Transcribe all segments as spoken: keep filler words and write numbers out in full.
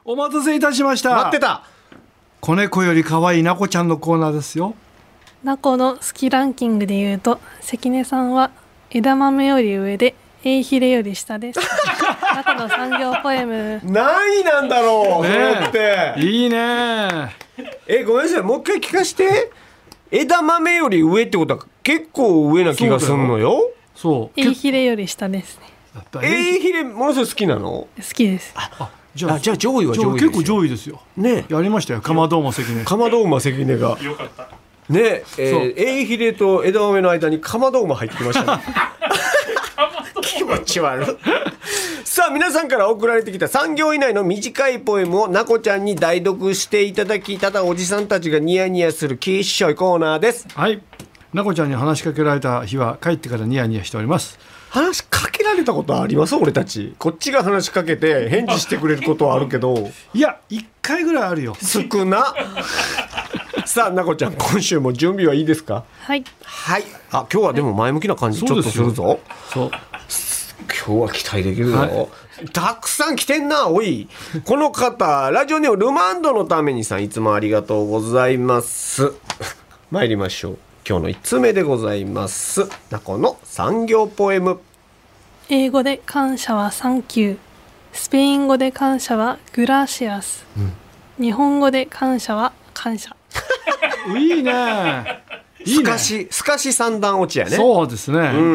お待たせいたしました。 待ってた。 子猫より可愛いなこちゃんのコーナーですよ。 なこの好きランキングでいうと関根さんは枝豆より上でエイヒレより下です。なこの産業ポエム何位なんだろう、 ねそれっていいね。 えごめんなさい、もう一回聞かして。枝豆より上ってことは結構上な気がするのよ。 そうエイヒレより下ですね。 やっぱりエイヒレものすごい好きなの？ 好きです。 あじゃああじゃあ上位は上位ですよ。 結構上位ですよ。 ねやりましたよ。かまどうも関根。 かまど馬関根がよかった。 ねえ、えそうー、エイヒレと枝豆の間にかまど馬入ってきましたね。気持ち悪い。さあ皆さんから送られてきたさん行以内の短いポエムをなこちゃんに代読していただき、ただおじさんたちがニヤニヤするキーショイコーナーです。 はい。なこちゃんに話しかけられた日は帰ってからニヤニヤしております。 話しかけられたことあります？俺たちこっちが話しかけて返事してくれることはあるけどいやいっかいぐらいあるよ。 少な。さあなこちゃん今週も準備はいいですか？ はい。 はい。あ今日はでも前向きな感じちょっとするぞ。 そう今日は期待できるぞ、 はい、 たくさん来てんな。おいこの方ラジオネームルマンドのためにさん、いつもありがとうございます。参りましょう。今日のいちつめでございます。なこの産業ポエム。 英語で感謝はサンキュー、スペイン語で感謝はグラシアス、うん、日本語で感謝は感謝。 いいね。いいね。 すかしすかし三段落ちやね。 そうですね。 うん。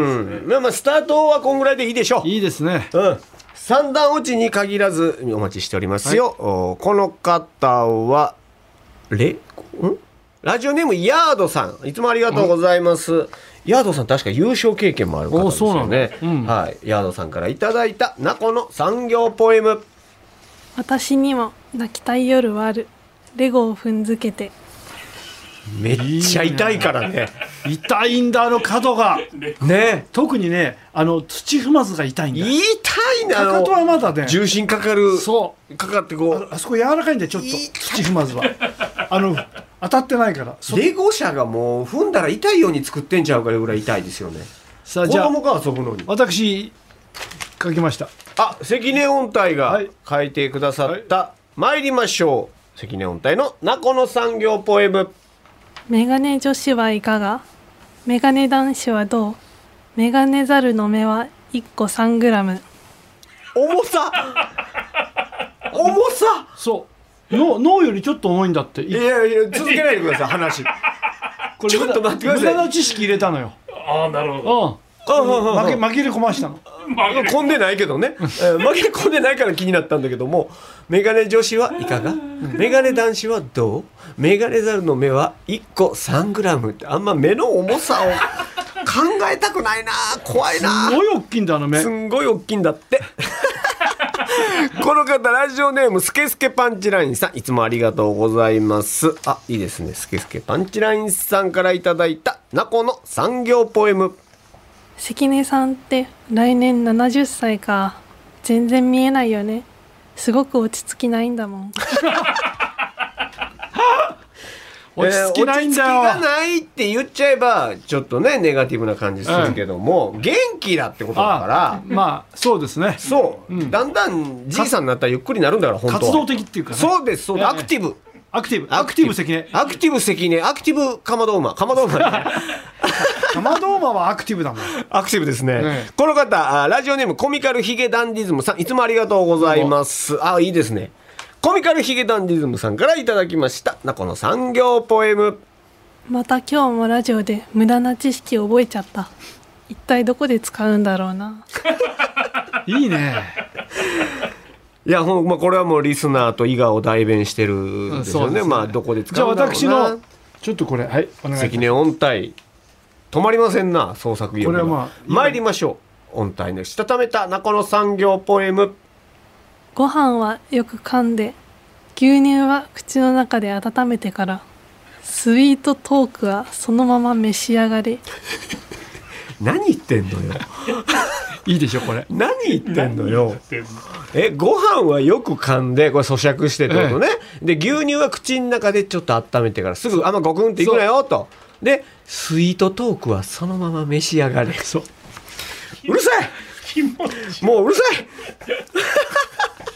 まあまあスタートはこんぐらいでいいでしょう。 いいですね。 うん。三段落ちに限らずお待ちしておりますよ。はい、この方はレんラジオネームヤードさん、いつもありがとうございます。うん、ヤードさん確か優勝経験もある方ですよね。うん、はい。ヤードさんからいただいたなこの産業ポエム。 私にも泣きたい夜はある。レゴを踏んづけて。 めっちゃ痛いからね。 痛いんだあの角が。 ね。 特にねあの土踏まずが痛いんだ。 痛いな。 かかとはまだね。 重心かかる。 そうかかってこう。 あ, あそこ柔らかいんでちょっと土踏まずは。あの当たってないから。 レゴ車がもう踏んだら痛いように作ってんちゃうかぐらい痛いですよね。さあじゃあ子供が遊ぶのに。 私書きました。 あ、関根音体が書いてくださった。はいはい、参りましょう。関根音体のなこの産業ポエム。 メガネ女子はいかが？メガネ男子はどう？メガネザルの目はいっこさんグラム。 重さ重さそう脳脳よりちょっと重いんだって。 いやいや続けないでください話。これちょっと待ってください。 無駄な知識入れたのよ。 ああなるほど。 うん。負け紛れ込ましたの。 込んでないけどね。紛れ込んでないから気になったんだけども、メガネ女子はいかが？メガネ男子はどう？メガネザルの目はいっこさんグラムってあんま目の重さを考えたくないな。怖いな。 すごい大きいんだあの目。 すんごい大きいんだって。この方ラジオネームスケスケパンチラインさん、いつもありがとうございます。あ、いいですね。スケスケパンチラインさんからいただいたなこの産業ポエム。 関根さんって来年ななじゅっさいか。全然見えないよね。すごく落ち着きないんだもん。 落ち着きないんだよ。 えー、落ち着きがないって言っちゃえばちょっとねネガティブな感じするけども、うん、元気だってことだからあまあそうですね。 そう、うん、だんだんじいさんになったらゆっくりなるんだから本当は活動的っていうかね。 そうですそうです、えー、アクティブアクティブアクティブ関根アクティブ関根アクティブかまど馬かまど馬かまど馬はアクティブだもん。 アクティブですね、ね。この方ラジオネームコミカルヒゲダンディズムさん、いつもありがとうございます。あ、いいですね。コミカルヒゲダンディズムさんからいただきましたなこの産業ポエム。 また今日もラジオで無駄な知識を覚えちゃった。一体どこで使うんだろうな。 いいね。 いやほん、まあ、これはもうリスナーと伊賀を代弁してるんですよ ね, ねまあどこで使うんだろうな。 じゃあ私のちょっとこれはいお願いします。 関根音体止まりませんな創作意欲が。これはまあ参りましょう。音体のしたためたなこの産業ポエム。 ご飯はよく噛んで、牛乳は口の中で温めてから、スイートトークはそのまま召し上がれ。 何言ってんのよ。 いいでしょこれ。 何言ってんのよ。えご飯はよく噛んでこれ咀嚼してってことね、ええ、で牛乳は口の中でちょっと温めてからすぐあんまゴクンっていくなよと。でスイートトークはそのまま召し上がれ。そううるさいもううるさい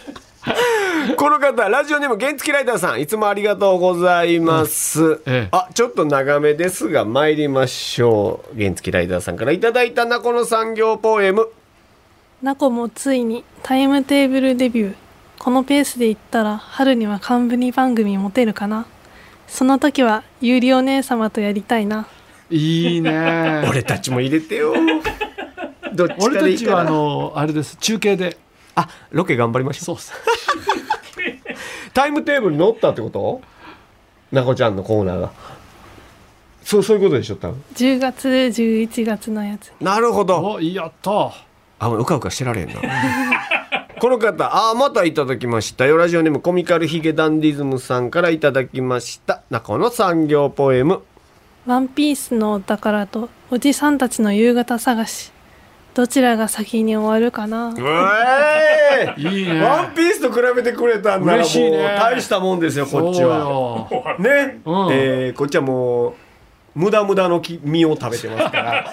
この方ラジオネーム原付ライダーさん、いつもありがとうございます、うんええ、あちょっと長めですが参りましょう。原付ライダーさんからいただいたナコの産業ポエム。 ナコもついにタイムテーブルデビュー。このペースでいったら春には冠番組持てるかな。その時は有利お姉様とやりたいな。 いいね俺たちも入れてよどっちかでいいかな。 俺たちはあのあれです中継であロケ頑張りましょう。 そうタイムテーブルに乗ったってこと？なこちゃんのコーナーがそうそういうことでしょ多分。 じゅうがつじゅういちがつのやつ。 なるほど。 おやったあうかうかしてられんなこの方あまたいただきましたよ。ラジオネームコミカルヒゲダンディズムさんからいただきました中の産業ポエム。 ワンピースのお宝とおじさんたちの夕方探し、どちらが先に終わるかな。 うえいいね。 ワンピースと比べてくれたんならもう嬉しいね大したもんですよこっちはね、 うんえー、こっちはもう無駄無駄の実を食べてますから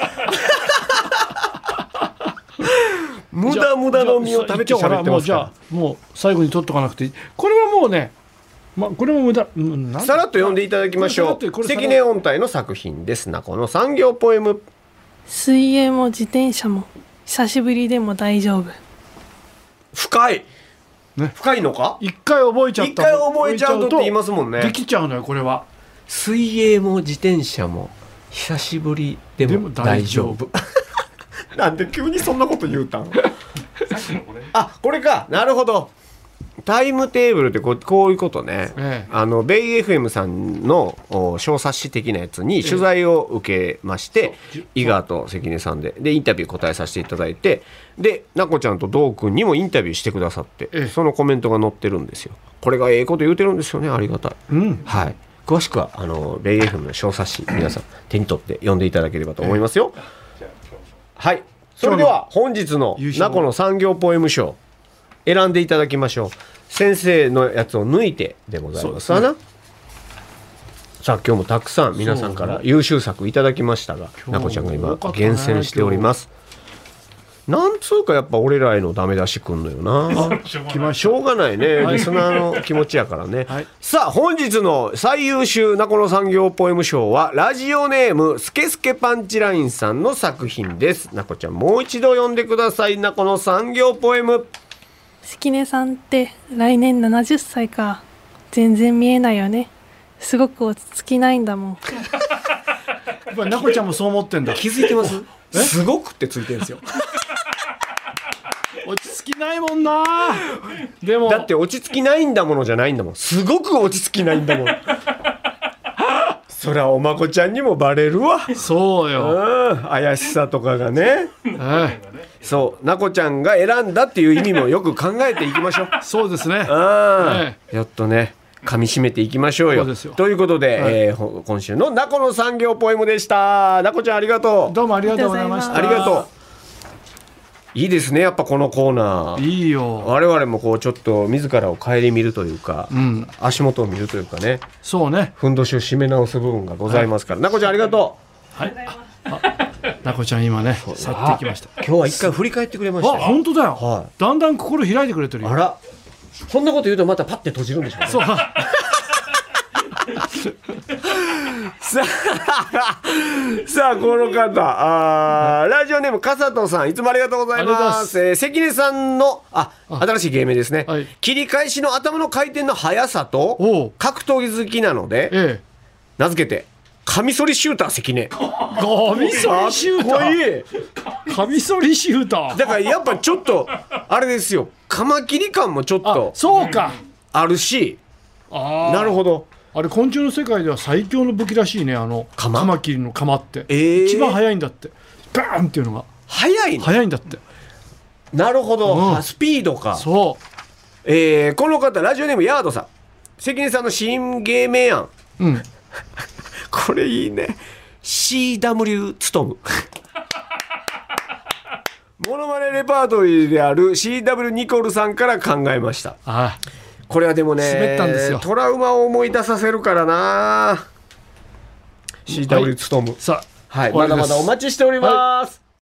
無駄無駄の実を食べて喋ってますから。 じゃあもう最後に取っとかなくていい。これはもうね、ま、これも無駄、うん、 さらっと読んでいただきましょう。関根音体の作品です。なこの産業ポエム。 水泳も自転車も久しぶりでも大丈夫。 深い、 ね、 深いのか。 一回覚えちゃった一回覚えちゃうとって言いますもんね。 できちゃうのよこれは。 水泳も自転車も久しぶりでも大丈夫なんで急にそんなこと言うたんあこれか。なるほど。タイムテーブルってこう、こういうことね、ええ、あのベイ エフエム さんの小冊子的なやつに取材を受けまして、ええ、伊賀と関根さんででインタビュー答えさせていただいて、でなこちゃんとどうくんにもインタビューしてくださって、ええ、そのコメントが載ってるんですよ。これがええこと言うてるんですよね。ありがたい、うんはい、詳しくはあのベイ エフエム の小冊子皆さん手に取って読んでいただければと思いますよ、ええ、はいそれでは本日のなこの産業ポエム賞選んでいただきましょう。先生のやつを抜いてでございますわな。さあ今日もたくさん皆さんから優秀作いただきましたが、なこちゃんが今厳選しております。なんつうかやっぱ俺らへのダメ出しくんのよな。しょうがないね、リスナーの気持ちやからね、はい、さあ本日の最優秀なこの産業ポエム賞はラジオネームスケスケパンチラインさんの作品です。なこちゃんもう一度読んでください。なこの産業ポエム。 関根さんって来年ななじゅっさいか。全然見えないよね。すごく落ち着きないんだもん。 やっぱりなこちゃんもそう思ってんだ。 気づいてます？すごくってついてるんですよ。 落ち着きないもんな。でもだって落ち着きないんだものじゃないんだもん。すごく落ち着きないんだもん。そりゃおまこちゃんにもバレるわ。 そうよ、 うん、怪しさとかがね、はい、そうなこちゃんが選んだっていう意味もよく考えていきましょう。 そうですね、 はい、やっとね噛み締めていきましょう よ, よということで、はいえー、今週のなこの産業ポエムでした。なこちゃんありがとう。 どうもありがとうございました。 ありがとう。いいですねやっぱこのコーナー。 いいよ。 我々もこうちょっと自らを顧みるというか、うん、足元を見るというかね。 そうね。 ふんどしを締め直す部分がございますから、はい、なこちゃんありがとう。 はいなこちゃん今ね去っていきました。 今日は一回振り返ってくれました。 あ本当だよ、はい、だんだん心開いてくれてるよ。 あらそんなこと言うとまたパッて閉じるんでしょうね。そうさあさあこの方あラジオネームかさとさんいつもありがとうございます。えー、関根さんのあ新しい芸名ですね、はい、切り返しの頭の回転の速さと格闘技好きなので、ええ、名付けてカミソリシューター関根。 カミソリシューターカミソリシューターだからやっぱちょっとあれですよカマキリ感もちょっとそうかあるしあなるほど。 あれ昆虫の世界では最強の武器らしいね。あのカマキリのカマって、えー、一番速いんだって。バーンっていうのが速いの速いんだって。 なるほど、うん、スピードか。そう、えー、この方ラジオネームヤードさん関根さんの新芸名案、うん、これいいね シーダブリュー つとむモノマネレパートリーである シーダブリュー ニコルさんから考えました。ああこれはでもね滑ったんですよ。 トラウマを思い出させるからな シーダブリュー つとむ、はい、さあ、はい、まだまだお待ちしております、はい。